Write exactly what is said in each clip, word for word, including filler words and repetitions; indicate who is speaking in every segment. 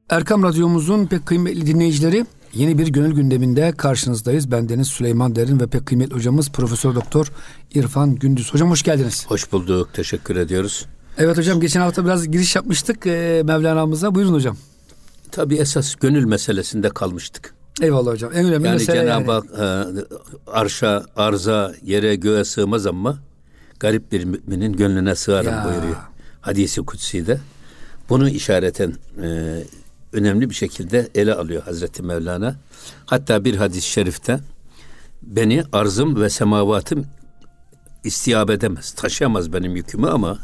Speaker 1: Erkam Radyomuzun pek kıymetli dinleyicileri, yeni bir gönül gündeminde karşınızdayız. Ben Deniz Süleyman Derin ve pek kıymetli hocamız Profesör Doktor İrfan Gündüz. Hocam hoş geldiniz.
Speaker 2: Hoş bulduk. Teşekkür ediyoruz.
Speaker 1: Evet hocam, geçen hafta biraz giriş yapmıştık e, Mevlana'mıza. Buyurun hocam.
Speaker 2: Tabii esas gönül meselesinde kalmıştık.
Speaker 1: Eyvallah hocam. En önemli
Speaker 2: yani
Speaker 1: mesele
Speaker 2: Cenab-ı
Speaker 1: yani.
Speaker 2: Hak e, arşa, arza, yere, göğe sığmaz ama garip bir müminin gönlüne sığarım
Speaker 1: Ya.
Speaker 2: buyuruyor. Hadis-i Kutsi'de. Bunu işareten e, önemli bir şekilde ele alıyor Hazreti Mevlana. Hatta bir hadis-i şerifte beni arzım ve semavatım istiyab edemez, taşıyamaz benim yükümü ama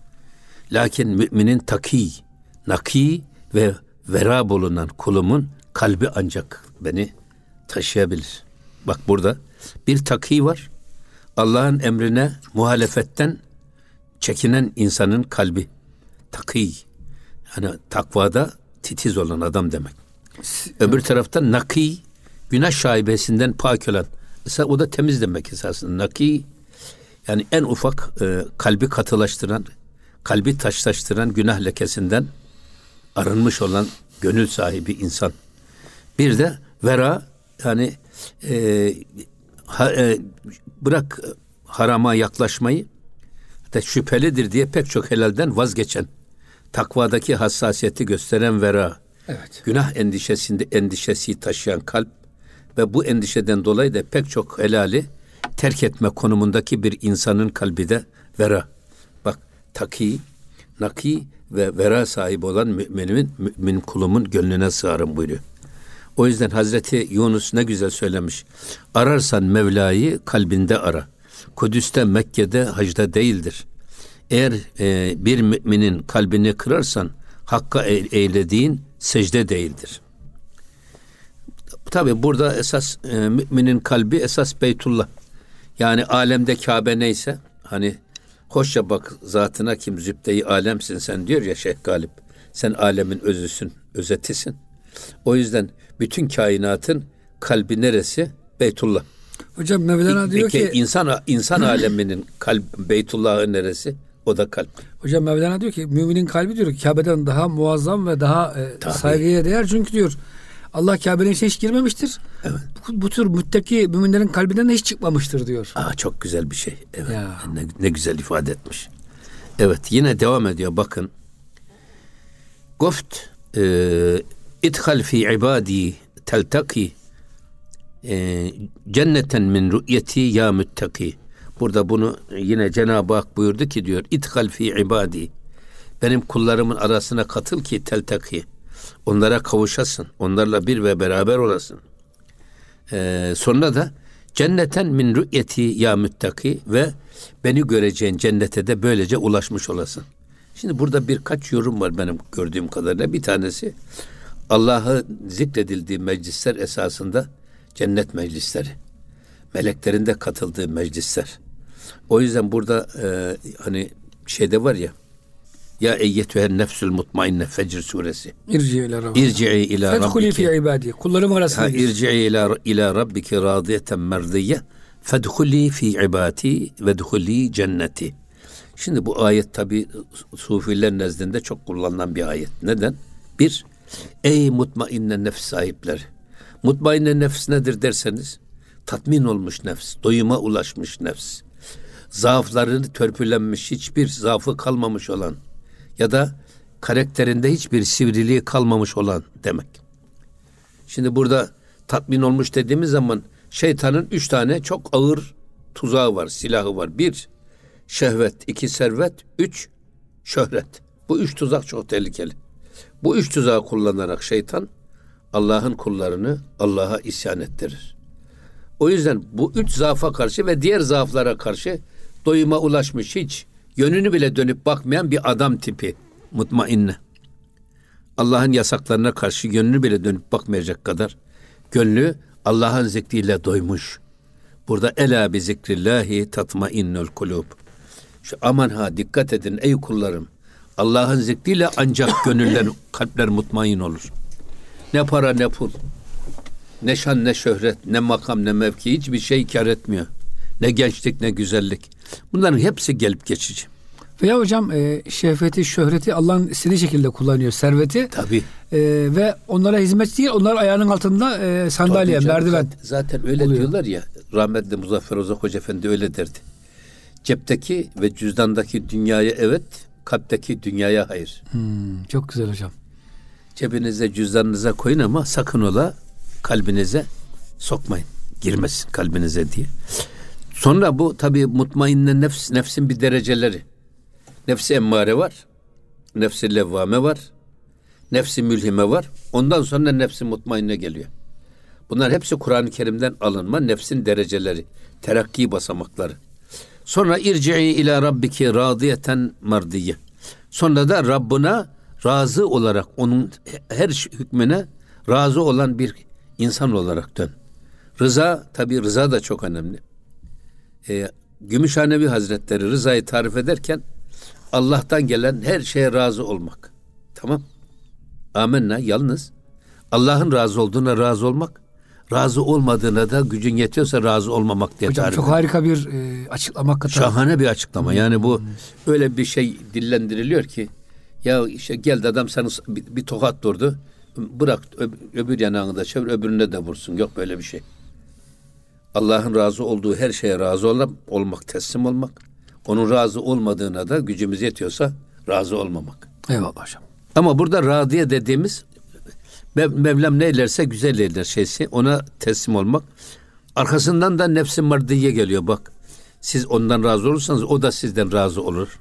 Speaker 2: lakin müminin taki, naki ve vera bulunan kulumun kalbi ancak beni taşıyabilir. Bak burada bir taki var. Allah'ın emrine muhalefetten çekinen insanın kalbi. Taki. Yani takvada titiz olan adam demek. Öbür tarafta naki, günah şaibesinden pak olan. Mesela o da temiz demek esasında. Naki, yani en ufak e, kalbi katılaştıran, kalbi taşlaştıran günah lekesinden arınmış olan gönül sahibi insan. Bir de vera, yani e, ha, e, bırak harama yaklaşmayı, de şüphelidir diye pek çok helalden vazgeçen, takvadaki hassasiyeti gösteren vera,
Speaker 1: Evet.
Speaker 2: günah endişesinde endişesi taşıyan kalp ve bu endişeden dolayı da pek çok helali terk etme konumundaki bir insanın kalbi de vera. Bak, taki, naki ve vera sahibi olan müminin, mümin kulumun gönlüne sığarım buyuruyor. O yüzden Hazreti Yunus ne güzel söylemiş. Ararsan Mevla'yı kalbinde ara. Kudüs'te, Mekke'de, hacda değildir. Eğer e, bir müminin kalbini kırarsan Hakk'a eylediğin secde değildir. Tabi burada esas e, müminin kalbi esas Beytullah. Yani alemde Kabe neyse, hani hoşça bak zatına kim zübde-i alemsin sen diyor ya Şeyh Galip. Sen alemin özüsün, özetisin. O yüzden bütün kainatın kalbi neresi? Beytullah.
Speaker 1: Hocam Mevlana diyor
Speaker 2: Peki,
Speaker 1: ki
Speaker 2: insan insan aleminin kalp Beytullah'ı neresi? O da kalp.
Speaker 1: Hocam Mevlana diyor ki müminin kalbi diyor Kabe'den daha muazzam ve daha e, saygıya değer, çünkü diyor Allah Kabe'nin içine hiç girmemiştir.
Speaker 2: Evet.
Speaker 1: Bu, bu tür müttaki müminlerin kalbinden de hiç çıkmamıştır diyor.
Speaker 2: Aa, çok güzel bir şey. Evet.
Speaker 1: Ya.
Speaker 2: Ne, ne güzel ifade etmiş. Evet, yine devam ediyor bakın. Goft e, idhal fi ibadi teltaki e, cenneten min ru'yeti ya müttaki. Burada bunu yine Cenab-ı Hak buyurdu ki diyor idhal fi ibadi, benim kullarımın arasına katıl ki teltaki, onlara kavuşasın, onlarla bir ve beraber olasın. Ee, sonra da cenneten min ru'yeti ya müttaki ve beni göreceğin cennete de böylece ulaşmış olasın. Şimdi burada birkaç yorum var benim gördüğüm kadarıyla. Bir tanesi Allah'ı zikredildiği meclisler esasında cennet meclisleri. Meleklerin de katıldığı meclisler. O yüzden burada e, hani şeyde var ya, ya eyyetühen nefsül mutmainne Fecr suresi.
Speaker 1: İrci'i ila rabbike.
Speaker 2: İrci'i ila
Speaker 1: Fedhuli fi ibadi. Kullarım arasına gir.
Speaker 2: İrci'i ila ila rabbike radiyeten merdiye. Fedhuli fi ibati vedhuli cenneti. Şimdi bu ayet tabi sufiler nezdinde çok kullanılan bir ayet. Neden? Bir, ey mutmainne nefs sahipleri. Mutmainne nefs nedir derseniz, tatmin olmuş nefs, doyuma ulaşmış nefs, zaaflarını törpülenmiş, hiçbir zaafı kalmamış olan ya da karakterinde hiçbir sivriliği kalmamış olan demek. Şimdi burada tatmin olmuş dediğimiz zaman şeytanın üç tane çok ağır tuzağı var, silahı var. Bir, şehvet. iki servet. Üç, şöhret. Bu üç tuzak çok tehlikeli. Bu üç tuzağı kullanarak şeytan Allah'ın kullarını Allah'a isyan ettirir. O yüzden bu üç zaafa karşı ve diğer zaaflara karşı doyuma ulaşmış, hiç yönünü bile dönüp bakmayan bir adam tipi mutmainne. Allah'ın yasaklarına karşı yönünü bile dönüp bakmayacak kadar gönlü Allah'ın zikriyle doymuş. Burada ela bi zikrillahi tatmainnul kulub. Şu aman ha, dikkat edin ey kullarım. Allah'ın zikriyle ancak gönüller, kalpler mutmain olur. Ne para ne pul, ne şan ne şöhret, ne makam ne mevki, hiçbir şey kâr etmiyor. Ne gençlik ne güzellik. Bunların hepsi gelip geçici.
Speaker 1: Veya hocam e, şehveti, şöhreti Allah'ın istediği şekilde kullanıyor, serveti.
Speaker 2: Tabii.
Speaker 1: E, ve onlara hizmet değil, onlar ayağının altında e, sandalye,
Speaker 2: canım,
Speaker 1: merdiven.
Speaker 2: Zaten, zaten öyle oluyor. Diyorlar ya, rahmetli Muzaffer Ozak Hoca Efendi öyle derdi. Cepteki ve cüzdandaki dünyaya evet, kalpteki dünyaya hayır.
Speaker 1: Hmm, çok güzel hocam.
Speaker 2: Cebinize, cüzdanınıza koyun ama sakın ola kalbinize sokmayın. Girmesin kalbinize diye. Sonra bu tabii mutmainne nefs, nefsin bir dereceleri. Nefsi emmare var. Nefsi levvame var. Nefsi mülhime var. Ondan sonra nefsi mutmainne geliyor. Bunlar hepsi Kur'an-ı Kerim'den alınma nefsin dereceleri. Terakki basamakları. Sonra irci'i ila rabbiki radiyeten mardiye. Sonra da Rabbına razı olarak, onun her hükmüne razı olan bir insan olarak dön. Rıza, tabi rıza da çok önemli. Ee, Gümüşhanevi Hazretleri rızayı tarif ederken Allah'tan gelen her şeye razı olmak. Tamam. Amenna. Yalnız Allah'ın razı olduğuna razı olmak, razı olmadığına da gücün yetiyorsa razı olmamak diye
Speaker 1: hocam,
Speaker 2: tarif
Speaker 1: çok
Speaker 2: ediyor.
Speaker 1: harika bir e, açıklama.
Speaker 2: Şahane bir açıklama. Yani bu öyle bir şey dillendiriliyor ki, ya işte geldi adam sana bir, bir tokat durdu. Bırak öbür yanağını da çevir, öbürüne de vursun. Yok böyle bir şey. Allah'ın razı olduğu her şeye razı ol, olmak, teslim olmak. Onun razı olmadığına da gücümüz yetiyorsa razı olmamak.
Speaker 1: Eyvallah hocam.
Speaker 2: Ama burada radiye dediğimiz Mevlam ne eylerse güzel eyler şeysi, ona teslim olmak. Arkasından da nefs-i mardiye geliyor bak. Siz ondan razı olursanız o da sizden razı olur.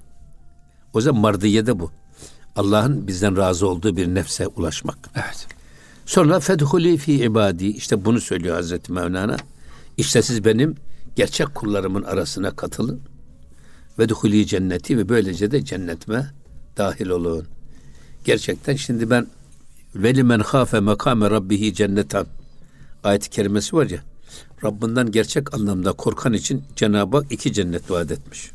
Speaker 2: O zaman mardiye de bu. Allah'ın bizden razı olduğu bir nefse ulaşmak.
Speaker 1: Evet.
Speaker 2: Sonra fedhuli fi ibadi, işte bunu söylüyor Hazreti Mevlana. İşte siz benim gerçek kullarımın arasına katılın. Vedhuli cenneti, ve böylece de cennetime dahil olun. Gerçekten şimdi ben veli men khafe makame rabbihi cennetan ayet-i kerimesi var ya, Rabbinden gerçek anlamda korkan için Cenab-ı Hak iki cennet vaat etmiş.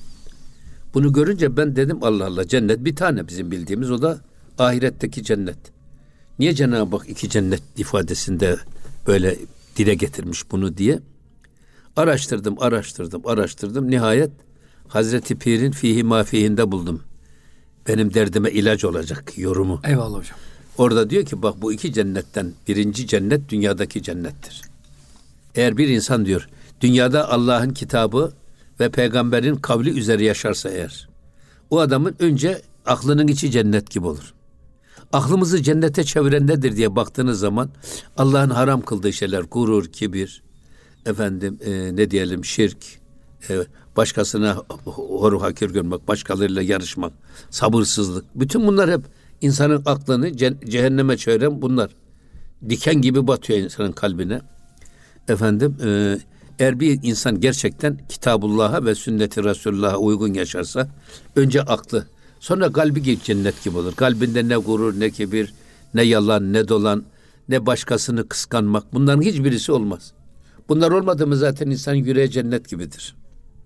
Speaker 2: Bunu görünce ben dedim Allah Allah, cennet bir tane bizim bildiğimiz, o da ahiretteki cennet. Niye Cenab-ı Hak iki cennet ifadesinde böyle dile getirmiş bunu diye araştırdım, araştırdım, araştırdım. Nihayet Hazreti Pir'in fihi mafihinde buldum. Benim derdime ilaç olacak yorumu.
Speaker 1: Eyvallah hocam.
Speaker 2: Orada diyor ki bak, bu iki cennetten birinci cennet dünyadaki cennettir. Eğer bir insan diyor dünyada Allah'ın kitabı ve peygamberin kavli üzere yaşarsa eğer, o adamın önce aklının içi cennet gibi olur. Aklımızı cennete çeviren nedir diye baktığınız zaman Allah'ın haram kıldığı şeyler, gurur, kibir, efendim e, ne diyelim şirk, e, başkasına hor hakir görmek, başkalarıyla yarışmak, sabırsızlık, bütün bunlar hep insanın aklını ce- cehenneme çeviren bunlar. Diken gibi batıyor insanın kalbine. Efendim e, eğer bir insan gerçekten Kitabullah'a ve Sünnet-i Resulullah'a uygun yaşarsa önce aklı, sonra kalbi cennet gibi olur. Kalbinde ne gurur, ne kibir, ne yalan, ne dolan, ne başkasını kıskanmak, bunların hiçbirisi olmaz. Bunlar olmadı mı zaten insan yüreği cennet gibidir.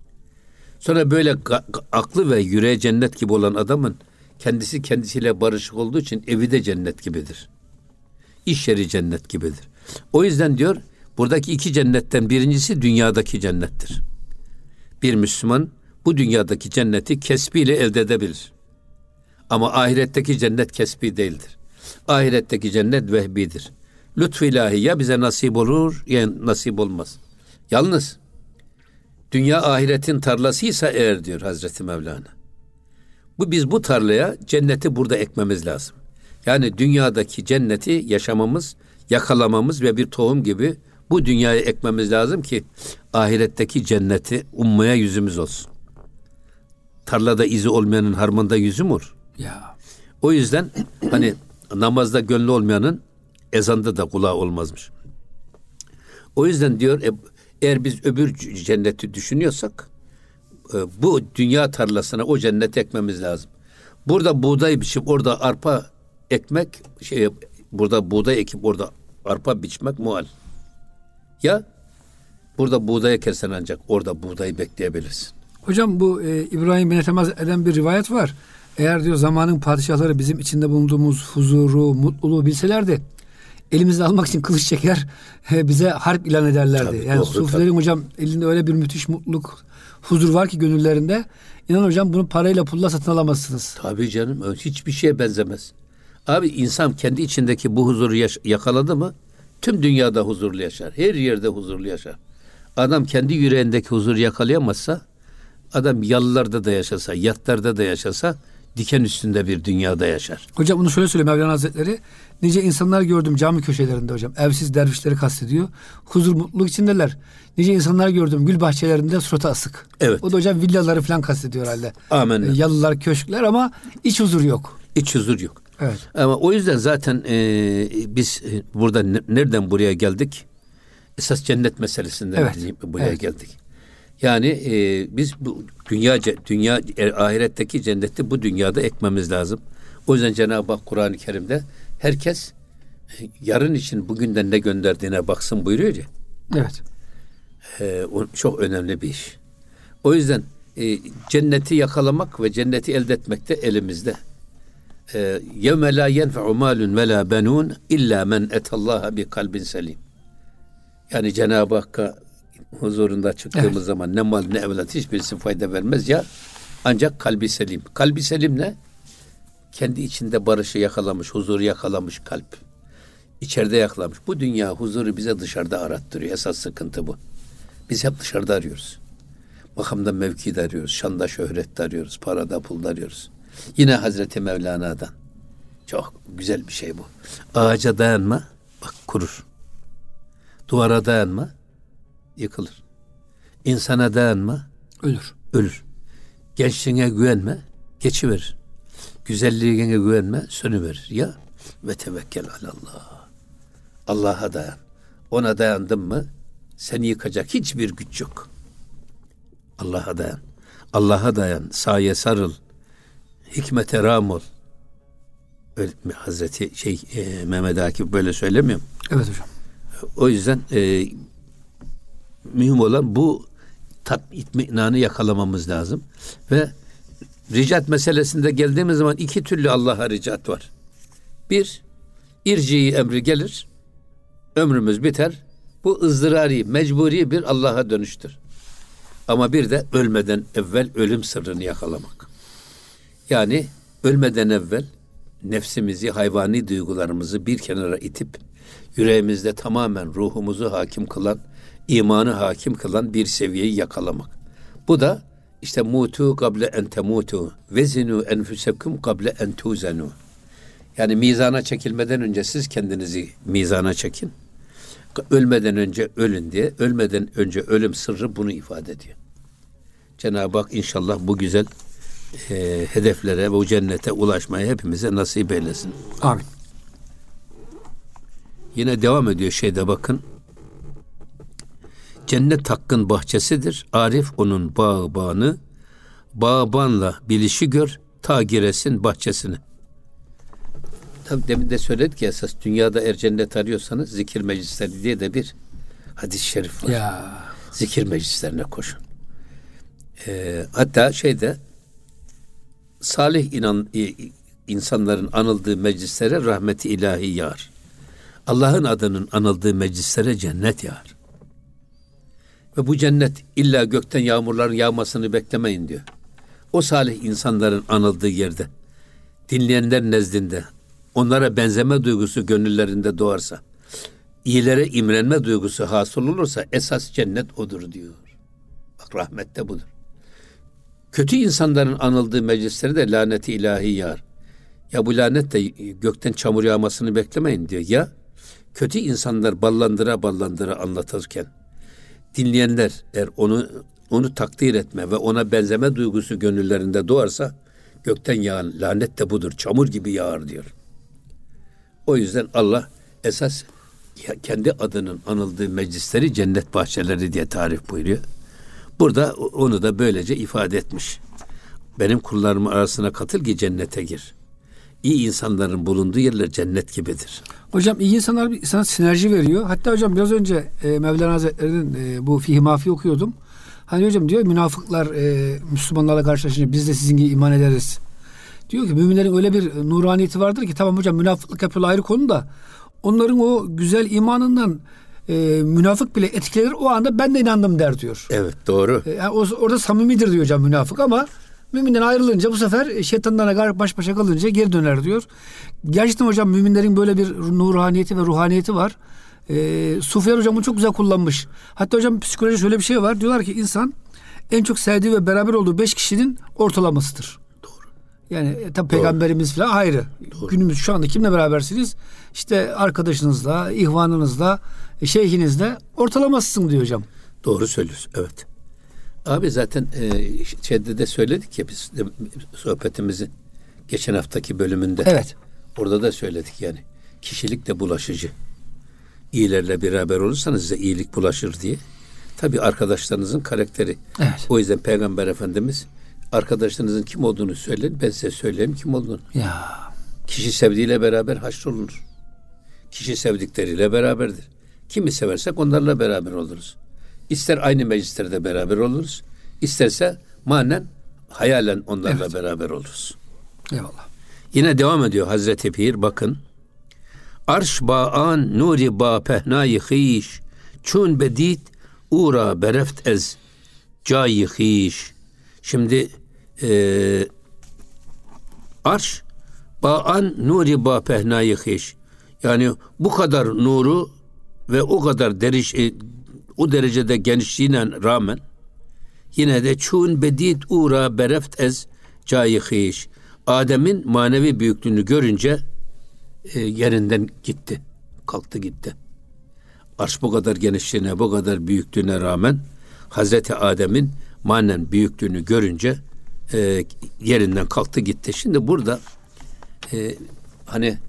Speaker 2: Sonra böyle ga- aklı ve yüreği cennet gibi olan adamın kendisi kendisiyle barışık olduğu için evi de cennet gibidir. İş yeri cennet gibidir. O yüzden diyor, buradaki iki cennetten birincisi dünyadaki cennettir. Bir Müslüman bu dünyadaki cenneti kesbiyle elde edebilir. Ama ahiretteki cennet kesbi değildir. Ahiretteki cennet vehbidir. Lütfu ilahi ya bize nasip olur ya nasip olmaz. Yalnız dünya ahiretin tarlasıysa eğer diyor Hazreti Mevlana, bu biz bu tarlaya cenneti burada ekmemiz lazım. Yani dünyadaki cenneti yaşamamız, yakalamamız ve bir tohum gibi bu dünyaya ekmemiz lazım ki ahiretteki cenneti ummaya yüzümüz olsun. Tarlada izi olmayanın harmanda yüzü mü olur?
Speaker 1: Ya.
Speaker 2: O yüzden hani namazda gönlü olmayanın ezanda da kulağı olmazmış. O yüzden diyor e, eğer biz öbür cenneti düşünüyorsak e, bu dünya tarlasına o cenneti ekmemiz lazım. Burada buğday biçip orada arpa ekmek, şey burada buğday ekip orada arpa biçmek muhal. Ya burada buğday ekersen ancak orada buğdayı bekleyebilirsin.
Speaker 1: Hocam bu e, İbrahim bin Ethem'e eden bir rivayet var. Eğer diyor zamanın padişahları bizim içinde bulunduğumuz huzuru, mutluluğu bilselerdi elimizden almak için kılıç çeker, bize harp ilan ederlerdi.
Speaker 2: Tabii,
Speaker 1: yani
Speaker 2: doğru,
Speaker 1: sufilerin
Speaker 2: tabii.
Speaker 1: hocam elinde öyle bir müthiş mutluluk, huzur var ki gönüllerinde. İnan hocam bunu parayla pulla satın alamazsınız.
Speaker 2: Tabii canım, hiçbir şeye benzemez. Abi insan kendi içindeki bu huzuru yaş- yakaladı mı tüm dünyada huzurlu yaşar. Her yerde huzurlu yaşar. Adam kendi yüreğindeki huzuru yakalayamazsa, adam yalılarda da yaşasa, yatlarda da yaşasa diken üstünde bir dünyada yaşar.
Speaker 1: Hocam bunu şöyle söyleyeyim Mevlana Hazretleri. Nice insanlar gördüm cami köşelerinde hocam. Evsiz dervişleri kastediyor. Huzur, mutluluk içindeler. Nice insanlar gördüm gül bahçelerinde suratı asık.
Speaker 2: Evet.
Speaker 1: O da hocam villaları falan kastediyor herhalde.
Speaker 2: Amenna.
Speaker 1: Yalılar, köşkler ama iç huzur yok.
Speaker 2: İç huzur yok.
Speaker 1: Evet.
Speaker 2: Ama o yüzden zaten e, biz e, burada ne- nereden buraya geldik? Esas cennet meselesinden
Speaker 1: Evet.
Speaker 2: buraya
Speaker 1: Evet.
Speaker 2: geldik. Yani e, biz bu dünya dünya e, ahiretteki cenneti bu dünyada ekmemiz lazım. O yüzden Cenab-ı Hak Kur'an-ı Kerim'de herkes e, yarın için bugünden ne gönderdiğine baksın buyuruyor ya.
Speaker 1: Evet.
Speaker 2: E, o çok önemli bir iş. O yüzden e, cenneti yakalamak ve cenneti elde etmek de elimizde. يَوْمَ لَا يَنْفَعُ مَالٌ وَلَا بَنُونَ اِلَّا مَنْ اَتَ اللّٰهَ بِقَلْبٍ سَلِيمٍ. Yani Cenab-ı Hakk'a huzurunda çıktığımız evet. zaman ne mal ne evlat hiçbirisi fayda vermez ya, ancak kalbi selim. Kalbi selim ne? Kendi içinde barışı yakalamış, huzuru yakalamış kalp. İçeride yakalamış. Bu dünya huzuru bize dışarıda arattırıyor. Esas sıkıntı bu. Biz hep dışarıda arıyoruz. Makamda mevkide arıyoruz, şanda şöhrette arıyoruz, parada pulda arıyoruz. Yine Hazreti Mevlana'dan. Çok güzel bir şey bu. Ağaca dayanma, bak kurur. Duvara dayanma, yıkılır. İnsana dayanma,
Speaker 1: ölür.
Speaker 2: Ölür. Gençliğine güvenme, geçiverir. Güzelliğine güvenme, sönüverir. Ya ve tevekkel alallah. Allah'a dayan. Ona dayandın mı seni yıkacak hiçbir güç yok. Allah'a dayan. Allah'a dayan. Saye sarıl. Hikmete ram ol. Öyle, Hazreti şey e, Mehmet Akif böyle söylemiyor mu?
Speaker 1: Evet hocam.
Speaker 2: O yüzden e, mühim olan bu tat itminanı yakalamamız lazım. Ve ricat meselesinde geldiğimiz zaman iki türlü Allah'a ricat var. Bir, irci emri gelir, ömrümüz biter. Bu ızdırari, mecburi bir Allah'a dönüştür. Ama bir de ölmeden evvel ölüm sırrını yakalamak. Yani ölmeden evvel nefsimizi, hayvani duygularımızı bir kenara itip yüreğimizde tamamen ruhumuzu hakim kılan, imanı hakim kılan bir seviyeyi yakalamak. Bu da işte mutu kable en temutu vezinu enfusekum kable en tuzenu. Yani mizana çekilmeden önce siz kendinizi mizana çekin. Ölmeden önce ölün diye, ölmeden önce ölüm sırrı bunu ifade ediyor. Cenab-ı Hak inşallah bu güzel e, hedeflere ve o cennete ulaşmayı hepimize nasip eylesin.
Speaker 1: Amin.
Speaker 2: Yine devam ediyor şeyde bakın. Cennet hakkın bahçesidir. Arif onun bağbanı. Bağbanla bilişi gör. Ta giresin bahçesine. Tabii demin de söyledik ya, esas dünyada eğer cennet arıyorsanız zikir meclisleri diye de bir hadis-i şerif var.
Speaker 1: Ya.
Speaker 2: Zikir meclislerine koşun. Ee, hatta şeyde salih inan, insanların anıldığı meclislere rahmeti ilahi yağar. Allah'ın adının anıldığı meclislere cennet yağar. Ve bu cennet illa gökten yağmurların yağmasını beklemeyin diyor. O salih insanların anıldığı yerde, dinleyenler nezdinde, onlara benzeme duygusu gönüllerinde doğarsa, iyilere imrenme duygusu hasıl olursa esas cennet odur diyor. Bak rahmet de budur. Kötü insanların anıldığı meclislere de laneti ilahi yağar. Ya bu lanet de gökten çamur yağmasını beklemeyin diyor. Ya kötü insanlar ballandıra ballandıra anlatırken dinleyenler eğer onu onu takdir etme ve ona benzeme duygusu gönüllerinde doğarsa gökten yağan lanet de budur. Çamur gibi yağar diyor. O yüzden Allah esas kendi adının anıldığı meclisleri cennet bahçeleri diye tarif buyuruyor. Burada onu da böylece ifade etmiş. Benim kullarım arasına katıl ki cennete gir. İyi insanların bulunduğu yerler cennet gibidir.
Speaker 1: Hocam iyi insanlar bir sana sinerji veriyor. Hatta hocam biraz önce e, Mevlana Hazretleri'nin e, bu Fihi Mafi okuyordum. Hani hocam diyor münafıklar e, Müslümanlarla karşılaşınca biz de sizin gibi iman ederiz. Diyor ki müminlerin öyle bir nuraniyeti vardır ki tamam hocam münafıklık yapıyorlar ayrı konu da onların o güzel imanından e, münafık bile etkilenir. O anda ben de inandım der diyor.
Speaker 2: Evet, doğru.
Speaker 1: E, yani o, orada samimidir diyor hocam münafık, ama müminden ayrılınca bu sefer şeytanlarla baş başa kalınca geri döner diyor. Gerçekten hocam müminlerin böyle bir nurhaniyeti ve ruhaniyeti var. E, Sufiler hocam bunu çok güzel kullanmış. Hatta hocam psikoloji şöyle bir şey var. Diyorlar ki insan en çok sevdiği ve beraber olduğu beş kişinin ortalamasıdır.
Speaker 2: Doğru.
Speaker 1: Yani e, tabi peygamberimiz falan ayrı. Doğru. Günümüz şu anda kimle berabersiniz? İşte arkadaşınızla, ihvanınızla, şeyhinizle ortalamasısın diyor hocam.
Speaker 2: Doğru söylüyorsun. Evet. Abi zaten e, şeyde de söyledik ya biz de, sohbetimizin geçen haftaki bölümünde.
Speaker 1: Evet.
Speaker 2: Orada da söyledik yani. Kişilik de bulaşıcı. İyilerle beraber olursanız size iyilik bulaşır diye. Tabii arkadaşlarınızın karakteri.
Speaker 1: Evet.
Speaker 2: O yüzden Peygamber Efendimiz arkadaşlarınızın kim olduğunu söyleyin, ben size söyleyeyim kim olduğunu.
Speaker 1: Ya.
Speaker 2: Kişi sevdiğiyle beraber haşrolunur. Kişi sevdikleriyle beraberdir. Kimi seversek onlarla beraber oluruz. İster aynı meclislerde beraber oluruz, isterse manen, hayalen onlarla evet. beraber oluruz.
Speaker 1: Eyvallah.
Speaker 2: Yine devam ediyor Hazreti Pir, bakın. Arş ba'an nuri ba pehnayı hiş, çun bedit ura bereft ez cayı hiş. Şimdi e, arş ba'an nuri ba pehnayı hiş. Yani bu kadar nuru ve o kadar deriş, e, o derecede genişliğine rağmen yine de çun bedit ura bereft ez cayı hiş. Adem'in manevi büyüklüğünü görünce e, yerinden gitti. Kalktı gitti. Arş bu kadar genişliğine, bu kadar büyüklüğüne rağmen Hazreti Adem'in manen büyüklüğünü görünce e, yerinden kalktı gitti. Şimdi burada e, hani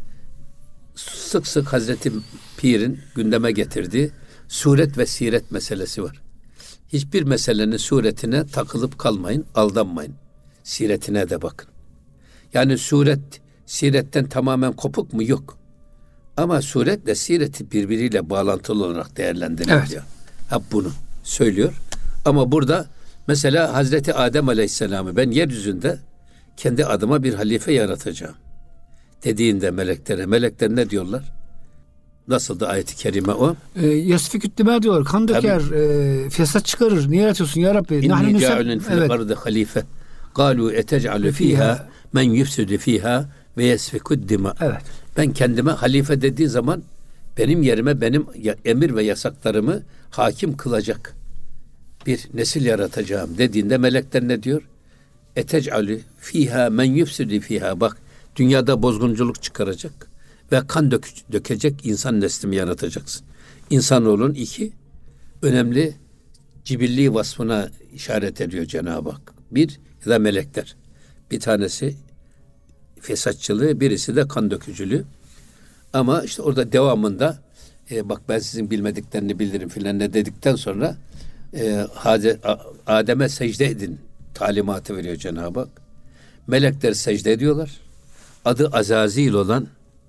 Speaker 2: sık sık Hazreti Pir'in gündeme getirdiği suret ve siret meselesi var. Hiçbir meselenin suretine takılıp kalmayın, aldanmayın. Siretine de bakın. Yani suret, siretten tamamen kopuk mu? Yok. Ama suretle sireti birbiriyle bağlantılı olarak değerlendiriliyor. Evet. Hep bunu söylüyor. Ama burada mesela Hazreti Adem Aleyhisselam'ı ben yeryüzünde kendi adıma bir halife yaratacağım dediğinde meleklere, melekler ne diyorlar? Nasıldı ayet-i kerime o?
Speaker 1: E, Yasfiküt dime diyorlar. Kan döker, e, fesat çıkarır. Niye yaratıyorsun ya Rabbi?
Speaker 2: İnni ca'ilun fil ardı halife. Galu etec'alu fiha men yufsidu fiha ve yasfikud dima.
Speaker 1: Evet.
Speaker 2: Ben kendime halife dediği zaman benim yerime benim emir ve yasaklarımı hakim kılacak bir nesil yaratacağım dediğinde melekler ne diyor? Etec'alu fiha men yufsidu fiha. Bak, dünyada bozgunculuk çıkaracak ve kan dök, dökecek insan neslimi yaratacaksın. İnsanoğlunun iki önemli cibilli vasfına işaret ediyor Cenab-ı Hak. Bir ya da melekler. Bir tanesi fesatçılığı, birisi de kan dökücülüğü. Ama işte orada devamında e, bak ben sizin bilmediklerini bilirim filan ne dedikten sonra e, Adem'e secde edin talimatı veriyor Cenab-ı Hak. Melekler secde ediyorlar. Adı Azazil olan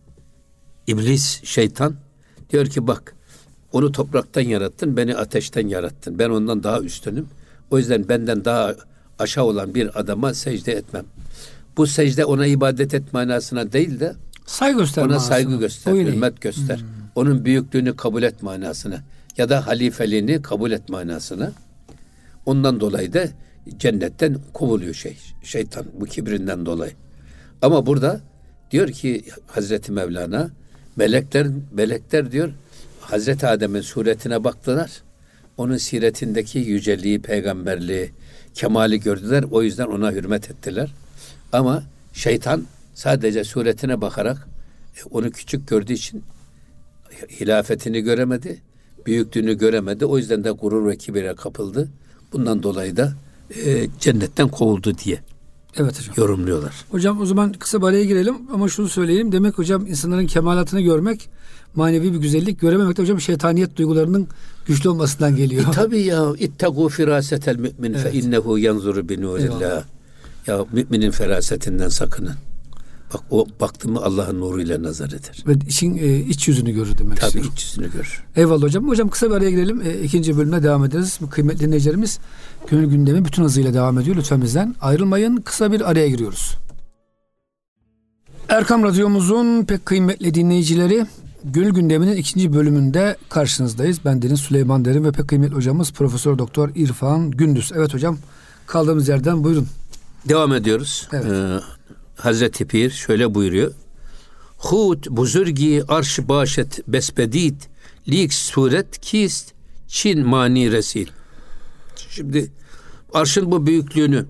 Speaker 2: İblis, şeytan diyor ki bak onu topraktan yarattın, beni ateşten yarattın. Ben ondan daha üstünüm. O yüzden benden daha aşağı olan bir adama secde etmem. Bu secde ona ibadet et manasına değil de
Speaker 1: saygı göster
Speaker 2: ona
Speaker 1: manasına.
Speaker 2: saygı göster,
Speaker 1: Oyun
Speaker 2: hürmet göster. Hmm. Onun büyüklüğünü kabul et manasına ya da halifeliğini kabul et manasına. Ondan dolayı da cennetten kovuluyor şey, şeytan bu kibrinden dolayı. Ama burada diyor ki Hazreti Mevlana, melekler melekler diyor Hazreti Adem'in suretine baktılar. Onun siretindeki yüceliği, peygamberliği, kemali gördüler. O yüzden ona hürmet ettiler. Ama şeytan sadece suretine bakarak onu küçük gördüğü için hilafetini göremedi, büyüklüğünü göremedi. O yüzden de gurur ve kibire kapıldı. Bundan dolayı da e, cennetten kovuldu diye.
Speaker 1: Evet hocam.
Speaker 2: Yorumluyorlar.
Speaker 1: Hocam o zaman kısa bir araya girelim ama şunu söyleyeyim. Demek hocam insanların kemalatını görmek manevi bir güzellik. Görememek de hocam şeytaniyet duygularının güçlü olmasından geliyor.
Speaker 2: E, tabii ya. İttegû firâsetel mü'min fe innehu yanzuru bi nurillah. Ya müminin ferasetinden sakının. Bak o baktı mı Allah'ın nuruyla nazar eder.
Speaker 1: Ve işin e, iç yüzünü görür demek
Speaker 2: Tabii
Speaker 1: istiyorum.
Speaker 2: iç yüzünü görür.
Speaker 1: Eyvallah hocam. Hocam kısa bir araya girelim. E, ikinci bölümüne devam ederiz. Kıymetli dinleyicilerimiz, Gönül Gündemi bütün hızıyla devam ediyor. Lütfen bizden ayrılmayın. Kısa bir araya giriyoruz. Erkam Radyomuzun pek kıymetli dinleyicileri, Gönül Gündemi'nin ikinci bölümünde karşınızdayız. Ben Deniz Süleyman Derin ve pek kıymetli hocamız Profesör Doktor İrfan Gündüz. Evet hocam, kaldığımız yerden buyurun.
Speaker 2: Devam ediyoruz.
Speaker 1: Evet.
Speaker 2: Ee, Hazreti Pir şöyle buyuruyor. Hud buzurgi arş başet besbedit lik suret kist Çin mani resil. Şimdi arşın bu büyüklüğünü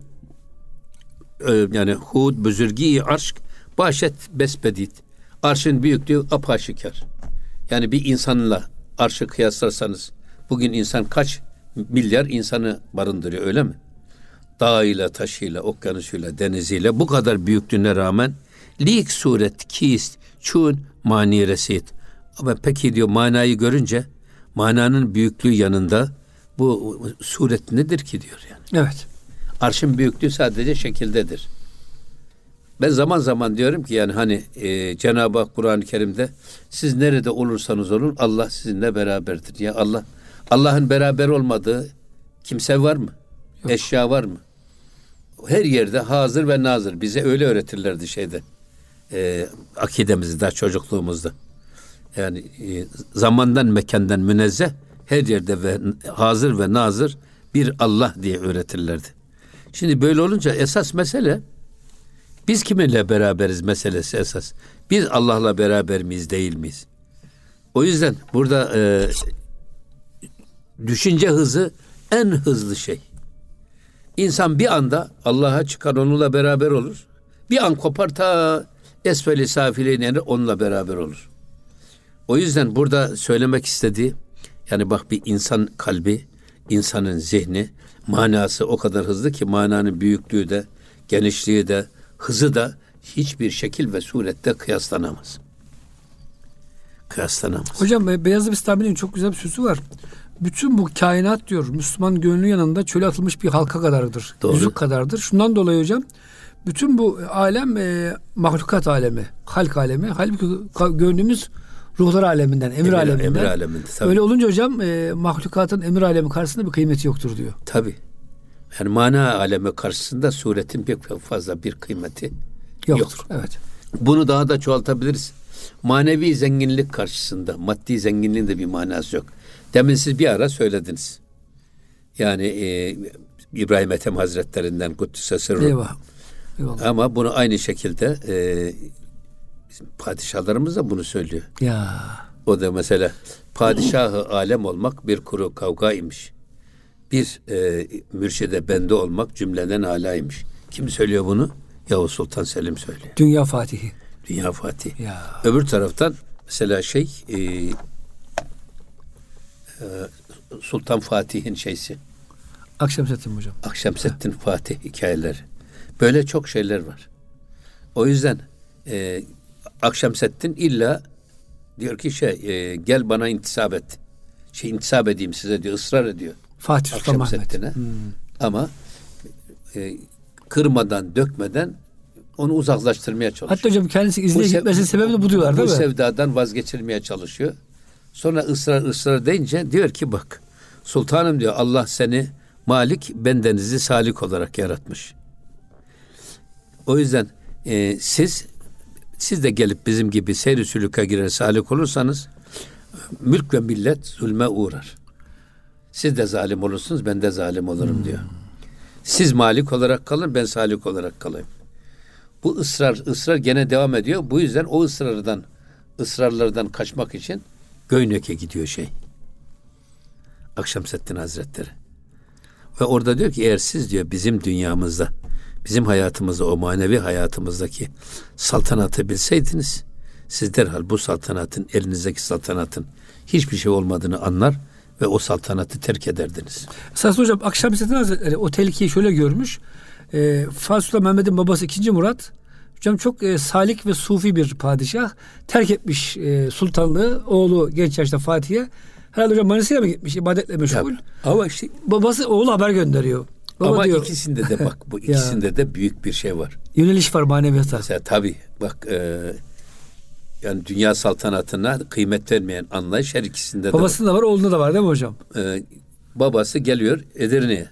Speaker 2: e, yani Hud buzurgi arş başet besbedit. Arşın büyüklüğü apaşikar. Yani bir insanla arşı kıyaslarsanız bugün insan kaç milyar insanı barındırıyor, öyle mi? Dağıyla, taşıyla, okyanusuyla, deniziyle bu kadar büyüklüğüne rağmen lik suret kist çun mani resit. Ama peki diyor, manayı görünce mananın büyüklüğü yanında bu suret nedir ki diyor yani.
Speaker 1: Evet.
Speaker 2: Arşın büyüklüğü sadece şekildedir. Ben zaman zaman diyorum ki yani hani e, Cenab-ı Hak Kur'an-ı Kerim'de siz nerede olursanız olun Allah sizinle beraberdir. Ya Allah Allah'ın beraber olmadığı kimse var mı? Yok. Eşya var mı? Her yerde hazır ve nazır. Bize öyle öğretirlerdi şeyde. E, akidemizde, daha çocukluğumuzda. Yani e, zamandan mekandan münezzeh, her yerde ve hazır ve nazır bir Allah diye öğretirlerdi. Şimdi böyle olunca esas mesele biz kiminle beraberiz meselesi esas. Biz Allah'la beraber miyiz, değil miyiz? O yüzden burada e, düşünce hızı en hızlı şey. İnsan bir anda Allah'a çıkar, onunla beraber olur. Bir an kopar ta esfeli safileyne iner, onunla beraber olur. O yüzden burada söylemek istediği, yani bak bir insan kalbi, insanın zihni, manası o kadar hızlı ki mananın büyüklüğü de, genişliği de, hızı da hiçbir şekil ve surette kıyaslanamaz. Kıyaslanamaz.
Speaker 1: Hocam Beyazıt Bistami'nin çok güzel bir sözü var. Bütün bu kainat diyor Müslüman gönlü yanında çöle atılmış bir halka kadardır.
Speaker 2: Doğru.
Speaker 1: Yüzük kadardır. Şundan dolayı hocam bütün bu alem e, mahlukat alemi, halk alemi. Halbuki gördüğümüz ruhlar aleminden, emir, emir aleminden. Emir aleminde, tabii. Öyle olunca hocam e, mahlukatın emir alemi karşısında bir kıymeti yoktur diyor.
Speaker 2: Tabii. Yani mana alemi karşısında suretin pek fazla bir kıymeti yoktur. yoktur.
Speaker 1: Evet.
Speaker 2: Bunu daha da çoğaltabiliriz. Manevi zenginlik karşısında maddi zenginliğin de bir manası yok. Demin siz bir ara söylediniz. Yani e, İbrahim Ethem Hazretlerinden Kuddise Sırrı.
Speaker 1: Eyvah. Eyvallah.
Speaker 2: Ama bunu aynı şekilde e, bizim padişahlarımız da bunu söylüyor.
Speaker 1: Ya.
Speaker 2: O da mesela padişahı alem olmak bir kuru kavga imiş. Bir e, mürşide bende olmak cümleden alaymış. Kim söylüyor bunu? Yavuz Sultan Selim söylüyor.
Speaker 1: Dünya Fatihi.
Speaker 2: Dünya Fatihi.
Speaker 1: Ya.
Speaker 2: Öbür taraftan mesela şey e, e, Sultan Fatih'in şeysi.
Speaker 1: Akşemseddin hocam.
Speaker 2: Akşemseddin Fatih hikayeleri. Böyle çok şeyler var. O yüzden e, Akşemseddin illa diyor ki şey e, gel bana intisap et. Şey intisap edeyim size diyor, ısrar ediyor.
Speaker 1: Fatih Sultan Mehmet.
Speaker 2: Hmm. Ama e, kırmadan, dökmeden onu uzaklaştırmaya çalışıyor.
Speaker 1: Hatta hocam kendisi izniye sev- gitmesinin sebebi de bu diyorlar değil
Speaker 2: bu
Speaker 1: mi?
Speaker 2: Bu sevdadan vazgeçirmeye çalışıyor. Sonra ısrar ısrar deyince diyor ki bak sultanım diyor, Allah seni Malik, bendenizi Salik olarak yaratmış. O yüzden e, siz siz de gelip bizim gibi seyr-i sülüka girer salik olursanız mülk ve millet zulme uğrar. Siz de zalim olursunuz, ben de zalim olurum hmm. diyor. Siz malik olarak kalın, ben salik olarak kalayım. Bu ısrar ısrar gene devam ediyor. Bu yüzden o ısrardan ısrarlardan kaçmak için Göynek'e gidiyor şey. Akşemseddin Hazretleri. Ve orada diyor ki eğer siz diyor bizim dünyamızda, bizim hayatımızda, o manevi hayatımızdaki saltanatı bilseydiniz, siz derhal bu saltanatın, elinizdeki saltanatın hiçbir şey olmadığını anlar ve o saltanatı terk ederdiniz. Esasında
Speaker 1: hocam Akşemseddin Hazretleri o tehlikeyi şöyle görmüş. E, Fatih Sultan Mehmet'in babası ikinci Murat hocam çok e, salik ve sufi bir padişah. Terk etmiş e, sultanlığı oğlu genç yaşta Fatih'e. Herhalde hocam Manisa'ya mı gitmiş? İbadetle meşgul.
Speaker 2: Ama işte
Speaker 1: babası oğlu haber gönderiyor. Baba
Speaker 2: ama
Speaker 1: diyor,
Speaker 2: ikisinde de bak bu ikisinde de büyük bir şey var.
Speaker 1: Yöneliş var maneviyata.
Speaker 2: Mesela tabii bak e, yani dünya saltanatına kıymet vermeyen anlayış her ikisinde de
Speaker 1: babasında da var. var, oğlunda da var değil mi hocam?
Speaker 2: E, babası geliyor Edirne'ye.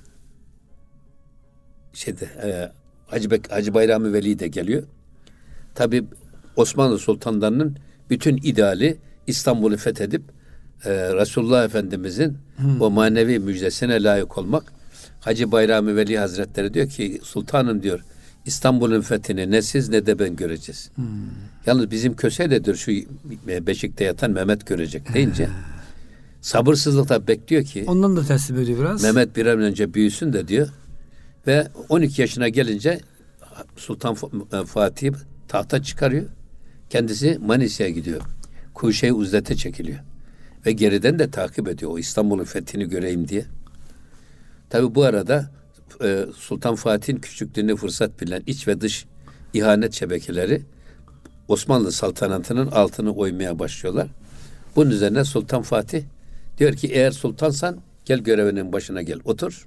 Speaker 2: Şeyde e, Hacı, Bek, Hacı Bayrami Veli de geliyor. Tabii Osmanlı sultanlarının bütün ideali İstanbul'u fethedip e, Resulullah Efendimizin hmm. o manevi müjdesine layık olmak. Hacı Bayrami Veli Hazretleri diyor ki sultanım diyor İstanbul'un fethini ne siz ne de ben göreceğiz. Hmm. Yalnız bizim köseyledir şu beşikte yatan Mehmet görecek deyince hmm. sabırsızlıkla bekliyor ki
Speaker 1: ondan da teslim ediyor biraz.
Speaker 2: Mehmet bir an önce büyüsün de diyor ve on iki yaşına gelince Sultan Fatih tahta çıkarıyor. Kendisi Manisa'ya gidiyor. Kuşe-i Uzlet'e çekiliyor. Ve geriden de takip ediyor o İstanbul'un fethini göreyim diye. Tabi bu arada e, Sultan Fatih'in küçüklüğünü fırsat bilen iç ve dış ihanet şebekeleri Osmanlı saltanatının altını oymaya başlıyorlar. Bunun üzerine Sultan Fatih diyor ki eğer sultansan gel görevinin başına gel otur.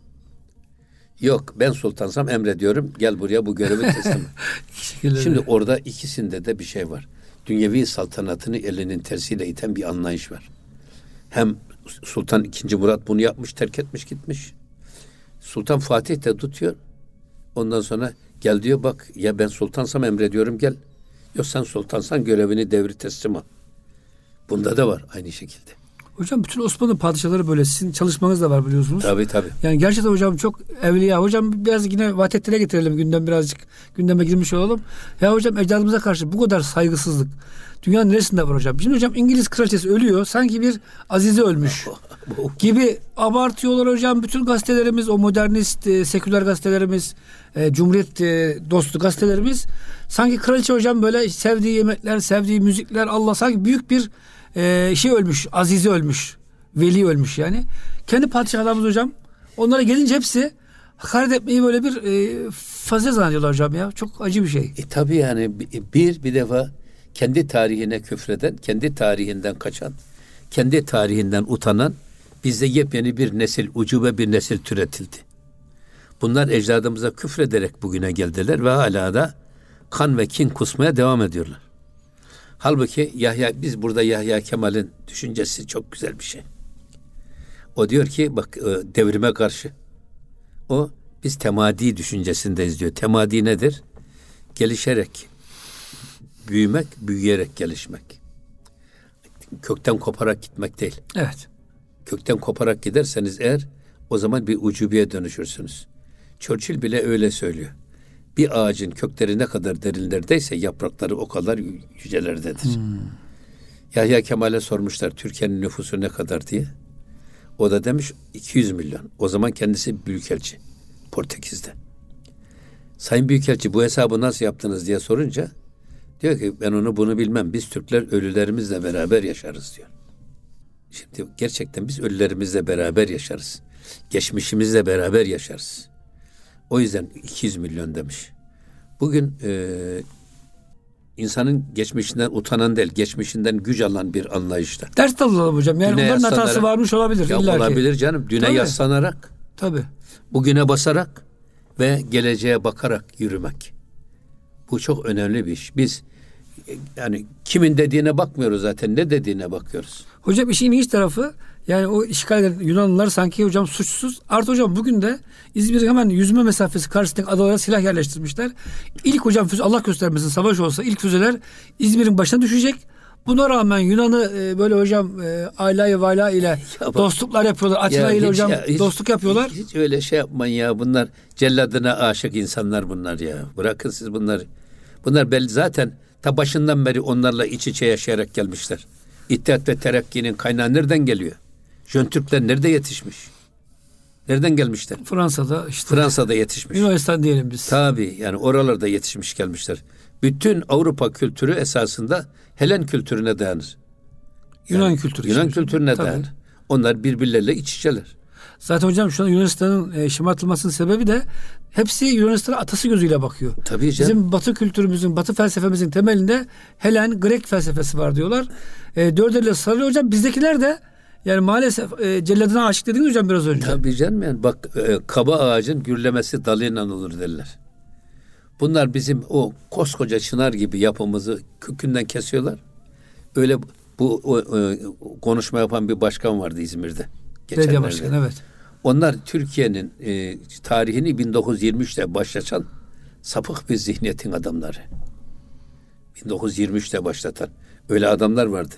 Speaker 2: Yok ben sultansam emrediyorum gel buraya bu görevi teslim. Şimdi orada ikisinde de bir şey var. Dünyevi saltanatını elinin tersiyle iten bir anlayış var. Hem Sultan ikinci. Murat bunu yapmış, terk etmiş, gitmiş. Sultan Fatih de tutuyor. Ondan sonra gel diyor bak ya ben sultansam emrediyorum gel. Yok sen sultansan görevini devri teslim al. Bunda da var aynı şekilde.
Speaker 1: Hocam bütün Osmanlı padişahları böyle. Sizin çalışmanız da var biliyorsunuz.
Speaker 2: Tabii tabii. Yani
Speaker 1: gerçekten hocam çok evliya. Hocam biraz yine vahdetlere getirelim. Gündem birazcık gündeme girmiş olalım. Ya hocam ecdadımıza karşı bu kadar saygısızlık dünyanın neresinde var hocam? Şimdi hocam İngiliz kraliçesi ölüyor. Sanki bir azize ölmüş gibi abartıyorlar hocam. Bütün gazetelerimiz, o modernist, e, seküler gazetelerimiz, e, Cumhuriyet e, dostu gazetelerimiz sanki kraliçe hocam böyle sevdiği yemekler, sevdiği müzikler, Allah sanki büyük bir e, şey ölmüş, azize ölmüş, veli ölmüş yani. Kendi padişahlarımız hocam onlara gelince hepsi hakaret etmeyi böyle bir e, fazla zannediyorlar hocam ya. Çok acı bir şey.
Speaker 2: E, tabii yani bir bir defa kendi tarihine küfreden, kendi tarihinden kaçan, kendi tarihinden utanan bizde yepyeni bir nesil, ucube bir nesil türetildi. Bunlar ecdadımıza küfrederek bugüne geldiler ve hala da kan ve kin kusmaya devam ediyorlar. Halbuki Yahya, biz burada Yahya Kemal'in düşüncesi çok güzel bir şey. O diyor ki bak devrime karşı. O biz temadi düşüncesindeyiz diyor. Temadi nedir? Gelişerek büyümek, büyüyerek gelişmek. Kökten koparak gitmek değil.
Speaker 1: Evet.
Speaker 2: Kökten koparak giderseniz eğer o zaman bir ucubeye dönüşürsünüz. Churchill bile öyle söylüyor. Bir ağacın kökleri ne kadar derinlerdeyse yaprakları o kadar yücelerdedir. Hmm. Yahya Kemal'e sormuşlar Türkiye'nin nüfusu ne kadar diye. O da demiş iki yüz milyon. O zaman kendisi büyükelçi Portekiz'de. Sayın Büyükelçi bu hesabı nasıl yaptınız diye sorunca diyor ki ben onu bunu bilmem. Biz Türkler ölülerimizle beraber yaşarız diyor. Şimdi gerçekten biz ölülerimizle beraber yaşarız. Geçmişimizle beraber yaşarız. O yüzden iki yüz milyon demiş. Bugün e, insanın geçmişinden utanan değil, geçmişinden güç alan bir anlayışta.
Speaker 1: Ders de alalım hocam. Yani onların hatası varmış olabilir.
Speaker 2: Ya olabilir canım. Düne Tabii. yaslanarak,
Speaker 1: Tabii.
Speaker 2: bugüne basarak ve geleceğe bakarak yürümek. Bu çok önemli bir iş. Biz yani kimin dediğine bakmıyoruz zaten. Ne dediğine bakıyoruz.
Speaker 1: Hocam işin ilginç tarafı yani o işgal eden Yunanlılar sanki hocam suçsuz. Artı hocam bugün de İzmir'in hemen yüzme mesafesi karşısındaki adalara silah yerleştirmişler. İlk hocam füze, Allah göstermesin savaş olsa ilk füzeler İzmir'in başına düşecek. Buna rağmen Yunan'ı e, böyle hocam e, Ayla-i Vala ile bak, dostluklar yapıyorlar. Atilla ile hocam ya, hiç, dostluk yapıyorlar.
Speaker 2: Hiç, hiç öyle şey yapmayın ya. Bunlar celladına aşık insanlar bunlar ya. Bırakın siz bunları. Bunlar belli zaten ta başından beri onlarla iç içe yaşayarak gelmişler. İttihat ve Terakki'nin kaynağı nereden geliyor? Jön Türkler nerede yetişmiş? Nereden gelmişler?
Speaker 1: Fransa'da işte.
Speaker 2: Fransa'da yetişmiş.
Speaker 1: Yunanistan diyelim biz.
Speaker 2: Tabii yani oralarda yetişmiş gelmişler. Bütün Avrupa kültürü esasında Helen kültürüne dayanır. Yani
Speaker 1: Yunan kültürü.
Speaker 2: Yunan kültürüne Tabii. dayanır. Onlar birbirleriyle iç içeler.
Speaker 1: Zaten hocam şu an Yunanistan'ın e, şımartılmasının sebebi de hepsi Yunanistan'a atası gözüyle bakıyor.
Speaker 2: Tabii canım.
Speaker 1: Bizim Batı kültürümüzün, Batı felsefemizin temelinde Helen, Grek felsefesi var diyorlar. E, dört elle sarılıyor hocam. Bizdekiler de yani maalesef e, celladına aşık dediniz hocam biraz önce.
Speaker 2: Tabii canım yani bak e, kaba ağacın gürlemesi dalıyla olur derler. Bunlar bizim o koskoca çınar gibi yapımızı kökünden kesiyorlar. Öyle bu o, o, konuşma yapan bir başkan vardı İzmir'de.
Speaker 1: Belediye başkanı evet.
Speaker 2: Onlar Türkiye'nin e, tarihini bin dokuz yüz yirmi üçte başlatan sapık bir zihniyetin adamları. bin dokuz yüz yirmi üçte başlatan öyle adamlar vardı.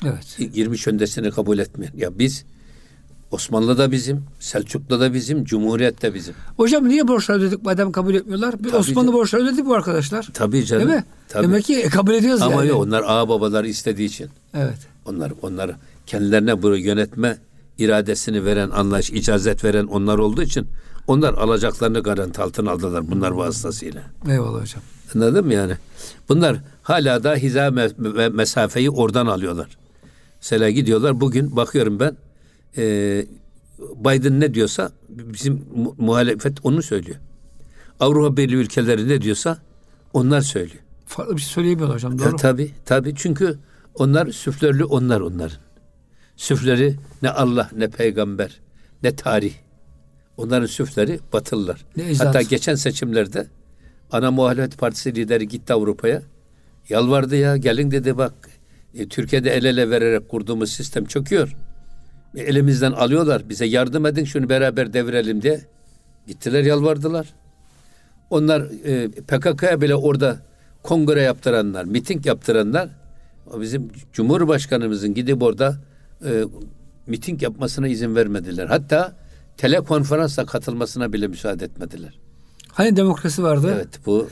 Speaker 1: Evet.
Speaker 2: yirmi üç öndesini kabul etmeyen. Ya biz Osmanlı da bizim, Selçuklu da bizim, Cumhuriyet de bizim.
Speaker 1: Hocam niye borçlar ödedik madem kabul etmiyorlar? Bir
Speaker 2: Tabii
Speaker 1: Osmanlı
Speaker 2: canım.
Speaker 1: borçları ödedik bu arkadaşlar.
Speaker 2: Tabii canım.
Speaker 1: Değil mi?
Speaker 2: Tabii.
Speaker 1: Demek ki kabul ediyoruz
Speaker 2: Ama
Speaker 1: yani.
Speaker 2: yok, onlar ağa babaları istediği için.
Speaker 1: Evet.
Speaker 2: Onlar onlar kendilerine bu yönetme iradesini veren, anlayış, icazet veren onlar olduğu için onlar alacaklarını garanti altına aldılar bunlar vasıtasıyla.
Speaker 1: Eyvallah hocam.
Speaker 2: Anladın mı yani? Bunlar hala da hiza me- ve mesafeyi oradan alıyorlar. Mesela gidiyorlar, bugün bakıyorum ben e, Biden ne diyorsa bizim mu- muhalefet onu söylüyor. Avrupa Birliği ülkeleri ne diyorsa onlar söylüyor.
Speaker 1: Farklı bir şey söyleyemiyorlar hocam. Doğru
Speaker 2: E,
Speaker 1: mu?
Speaker 2: tabii tabii, çünkü onlar süflörlü, onlar onların. Süfleri ne Allah, ne peygamber, ne tarih. Onların süfleri Batılılar.
Speaker 1: Ne ecdat.
Speaker 2: Hatta geçen seçimlerde ana muhalefet partisi lideri gitti Avrupa'ya. Yalvardı ya, gelin dedi, bak e, Türkiye'de el ele vererek kurduğumuz sistem çöküyor. E, elimizden alıyorlar, bize yardım edin, şunu beraber devirelim diye. Gittiler, yalvardılar. Onlar e, P K K'ya bile orada kongre yaptıranlar, miting yaptıranlar, o bizim Cumhurbaşkanımızın gidip orada e, miting yapmasına izin vermediler. Hatta telekonferansla katılmasına bile müsaade etmediler.
Speaker 1: Hani demokrasi vardı?
Speaker 2: Evet, bu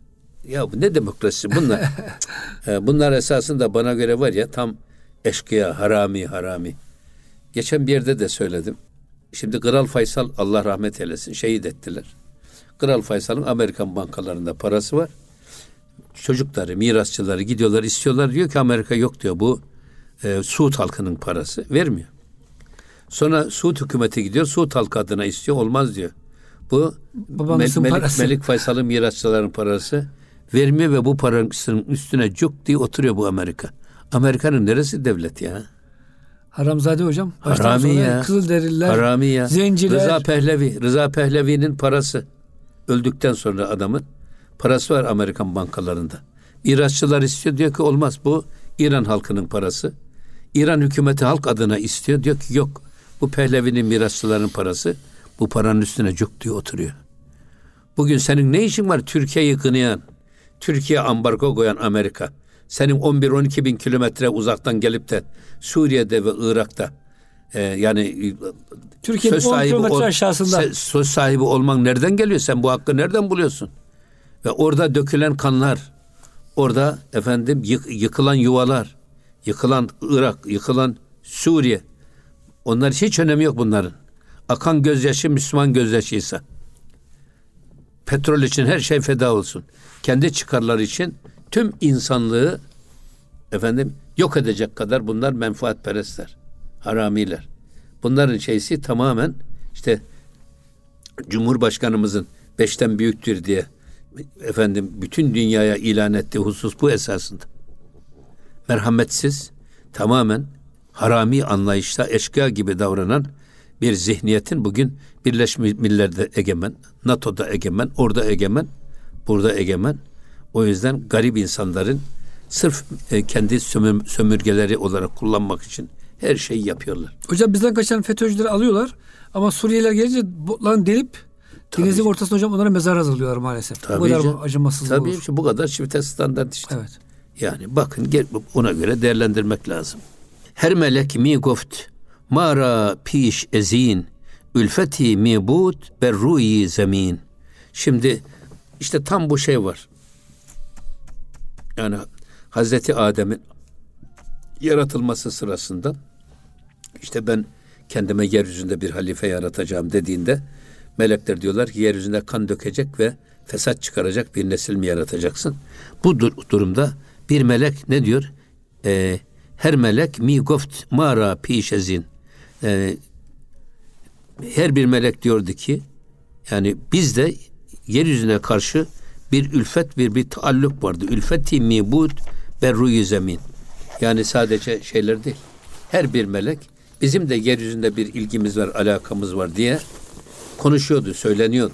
Speaker 2: ya bu ne demokrasi bunlar? e, bunlar esasında bana göre var ya, tam eşkıya, harami, harami. Geçen bir yerde de söyledim. Şimdi Kral Faysal, Allah rahmet eylesin, şehit ettiler. Kral Faysal'ın Amerikan bankalarında parası var. Çocukları, mirasçıları gidiyorlar, istiyorlar, diyor ki Amerika yok diyor, bu e, Suud halkının parası, vermiyor. Sonra Suud hükümeti gidiyor, Suud halkı adına istiyor, olmaz diyor. Bu
Speaker 1: Babamızın
Speaker 2: Me- Melik,
Speaker 1: parası.
Speaker 2: Melik Faysal'ın mirasçıların parası, vermiyor ve bu paranın üstüne cuk diye oturuyor bu Amerika. Amerika'nın neresi devlet ya?
Speaker 1: Haramzade hocam. Baştan
Speaker 2: Harami
Speaker 1: sona
Speaker 2: ya.
Speaker 1: Kızılderililer,
Speaker 2: Harami ya.
Speaker 1: zenciler.
Speaker 2: Rıza Pehlevi. Rıza Pehlevi'nin parası. Öldükten sonra adamın parası var Amerikan bankalarında. Mirasçılar istiyor, diyor ki olmaz, bu İran halkının parası. İran hükümeti halk adına istiyor, diyor ki yok, bu Pehlevi'nin mirasçıların parası. Bu paranın üstüne cuk diye oturuyor. Bugün senin ne işin var Türkiye'yi kınayan, Türkiye ambargo koyan Amerika? Senin on bir on iki bin kilometre uzaktan gelip de Suriye'de ve Irak'ta e, yani
Speaker 1: Türkiye'nin
Speaker 2: söz
Speaker 1: on
Speaker 2: sahibi
Speaker 1: kilometre
Speaker 2: ol-
Speaker 1: aşağısında.
Speaker 2: se- söz sahibi olman nereden geliyor? Sen bu hakkı nereden buluyorsun? Ve orada dökülen kanlar, orada efendim yık- yıkılan yuvalar, yıkılan Irak, yıkılan Suriye, onlar hiç önemi yok bunların. Akan gözyaşı Müslüman gözyaşıysa, petrol için her şey feda olsun. Kendi çıkarları için tüm insanlığı efendim yok edecek kadar bunlar menfaatperestler, haramiler. Bunların şeysi tamamen işte Cumhurbaşkanımızın beşten büyüktür diye efendim bütün dünyaya ilan ettiği husus bu esasında. Merhametsiz, tamamen harami anlayışta eşkıya gibi davranan bir zihniyetin bugün Birleşmiş Milletler'de egemen, NATO'da egemen, orada egemen, burada egemen. O yüzden garip insanların sırf e, kendi sömür, sömürgeleri olarak kullanmak için her şeyi yapıyorlar.
Speaker 1: Hocam bizden kaçan FETÖ'cüleri alıyorlar ama Suriyeliler gelince botlarını delip
Speaker 2: Tabii.
Speaker 1: denizin ortasında hocam onlara mezar hazırlıyorlar maalesef.
Speaker 2: Tabii
Speaker 1: bu kadar
Speaker 2: canım.
Speaker 1: acımasız
Speaker 2: Tabii
Speaker 1: olur.
Speaker 2: işte bu kadar çifte standart işte.
Speaker 1: Evet.
Speaker 2: Yani bakın gel, ona göre değerlendirmek lazım. Her melek mi goft mara piş ezin ülfeti mi bud berruyi zemin. Şimdi işte tam bu şey var. Yani Hazreti Adem'in yaratılması sırasında işte ben kendime yeryüzünde bir halife yaratacağım dediğinde melekler diyorlar ki yeryüzünde kan dökecek ve fesat çıkaracak bir nesil mi yaratacaksın? Bu dur- durumda bir melek ne diyor? Ee, her melek mi goft mara pişezin. Ee, her bir melek diyordu ki yani bizde yeryüzüne karşı bir ülfet, bir bir taalluk vardı. Ülfeti mi bud berruyi zemin. Yani sadece şeyler değil. Her bir melek bizim de yeryüzünde bir ilgimiz var, alakamız var diye konuşuyordu, söyleniyordu.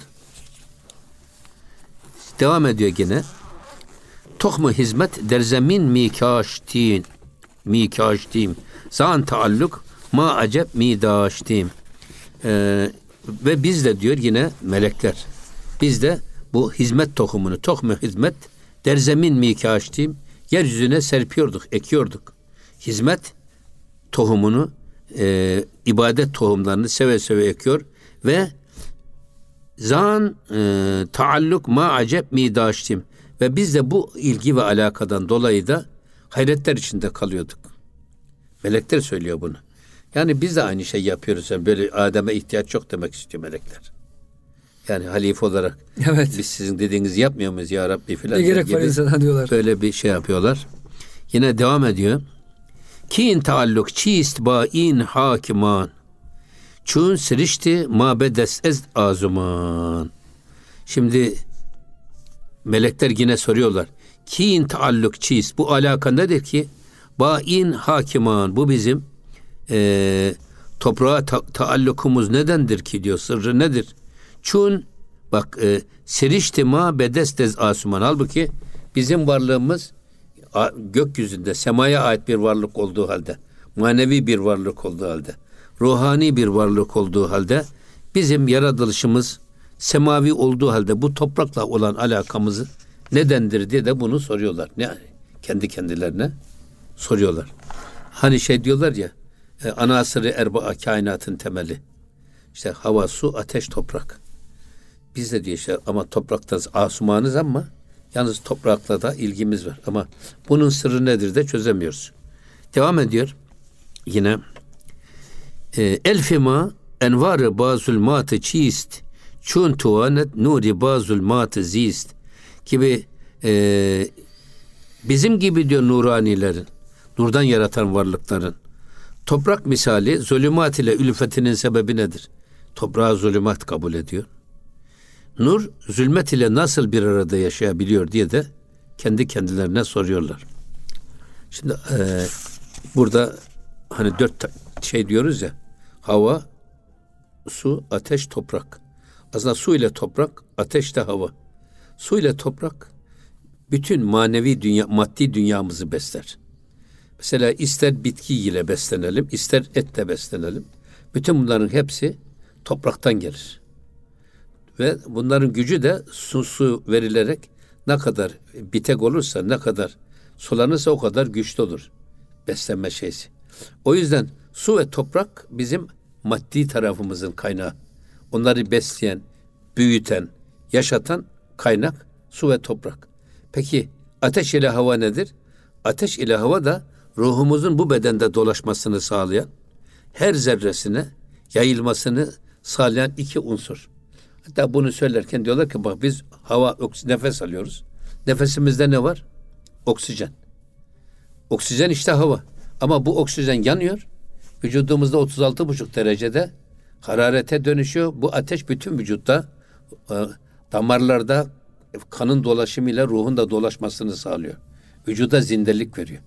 Speaker 2: Devam ediyor gene. Tohmu hizmet der zemin mi kaştin mi kaştim. Zan taalluk ma acep mi daştim. Ee, ve biz de diyor yine melekler. Biz de bu hizmet tohumunu, tohmu hizmet der zemin mi kaştim. Yeryüzüne serpiyorduk, ekiyorduk. Hizmet tohumunu, e, ibadet tohumlarını seve seve ekiyor ve zan e, taalluk ma acep mi daştim ve biz de bu ilgi ve alakadan dolayı da hayretler içinde kalıyorduk. Melekler söylüyor bunu. Yani biz de aynı şey yapıyoruz. Yani böyle Adem'e ihtiyaç yok demek istiyor melekler. Yani halife olarak
Speaker 1: evet.
Speaker 2: biz sizin dediğinizi yapmıyor muyuz ya Rabbi filan.
Speaker 1: Ne gerek var insana diyorlar.
Speaker 2: Böyle bir şey yapıyorlar. Yine devam ediyor. Kin taalluk çiist ba in hakiman. Çun sirişti ma bedes ez azuman. Şimdi melekler yine soruyorlar. Kin taalluk çiist. Bu alaka nedir ki? Ba in hakiman. Bu bizim e, toprağa ta- taallukumuz nedendir ki diyor. Sırrı nedir? Çun bak e, sirişti ma bedes ez azuman. Halbuki bizim varlığımız gökyüzünde semaya ait bir varlık olduğu halde, manevi bir varlık olduğu halde, ruhani bir varlık olduğu halde, bizim yaratılışımız semavi olduğu halde bu toprakla olan alakamızı nedendir diye de bunu soruyorlar. Yani kendi kendilerine soruyorlar. Hani şey diyorlar ya, e, anasırı erbaa kainatın temeli. İşte hava, su, ateş, toprak. Biz de diyor işte ama topraktan asumanız ama yalnız toprakla da ilgimiz var. Ama bunun sırrı nedir de çözemiyoruz. Devam ediyor. Yine e, elfima envarı bazul matı çiist çun tuvanet nuri bazul matı zist gibi e, bizim gibi diyor nuranilerin, nurdan yaratan varlıkların toprak misali zulümat ile ülfetinin sebebi nedir? Toprağı zulümat kabul ediyor. Nur, zulmet ile nasıl bir arada yaşayabiliyor diye de kendi kendilerine soruyorlar. Şimdi e, burada hani dört şey diyoruz ya, hava, su, ateş, toprak. Aslında su ile toprak, ateş de hava. Su ile toprak bütün manevi dünya, maddi dünyamızı besler. Mesela ister bitki ile beslenelim, ister etle beslenelim. Bütün bunların hepsi topraktan gelir. Ve bunların gücü de su, su verilerek ne kadar bitek olursa, ne kadar sulanırsa o kadar güçlü olur beslenme şeysi. O yüzden su ve toprak bizim maddi tarafımızın kaynağı. Onları besleyen, büyüten, yaşatan kaynak su ve toprak. Peki ateş ile hava nedir? Ateş ile hava da ruhumuzun bu bedende dolaşmasını sağlayan, her zerresine yayılmasını sağlayan iki unsur. Hatta bunu söylerken diyorlar ki bak biz hava, nefes alıyoruz. Nefesimizde ne var? Oksijen. Oksijen işte hava. Ama bu oksijen yanıyor. Vücudumuzda otuz altı buçuk derecede hararete dönüşüyor. Bu ateş bütün vücutta, damarlarda kanın dolaşımıyla ruhun da dolaşmasını sağlıyor. Vücuda zindelik veriyor.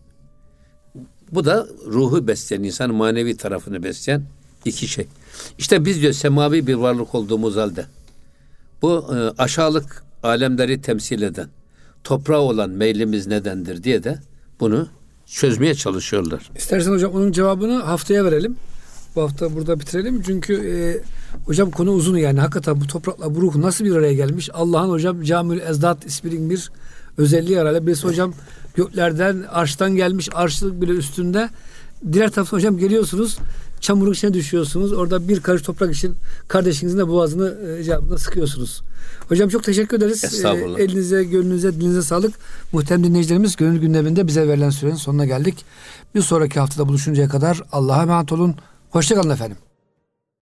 Speaker 2: Bu da ruhu besleyen, insanın manevi tarafını besleyen iki şey. İşte biz diyor semavi bir varlık olduğumuz halde bu e, aşağılık alemleri temsil eden toprağa olan meylimiz nedendir diye de bunu çözmeye çalışıyorlar.
Speaker 1: İstersen hocam onun cevabını haftaya verelim. Bu hafta burada bitirelim. Çünkü e, hocam konu uzun yani. Hakikaten bu toprakla bu ruh nasıl bir araya gelmiş? Allah'ın hocam Camül Ezdat isminin bir özelliği herhalde. Birisi hocam göklerden, arştan gelmiş, arşlık bile üstünde. Diğer taraftan hocam geliyorsunuz, çamurun içine düşüyorsunuz. Orada bir karış toprak için kardeşinizin de boğazını e, icabında sıkıyorsunuz. Hocam çok teşekkür ederiz.
Speaker 2: Estağfurullah.
Speaker 1: E, elinize, gönlünüze, dilinize sağlık. Muhterem dinleyicilerimiz, Gönül Gündemi'nde bize verilen sürenin sonuna geldik. Bir sonraki haftada buluşuncaya kadar Allah'a emanet olun. Hoşça kalın efendim.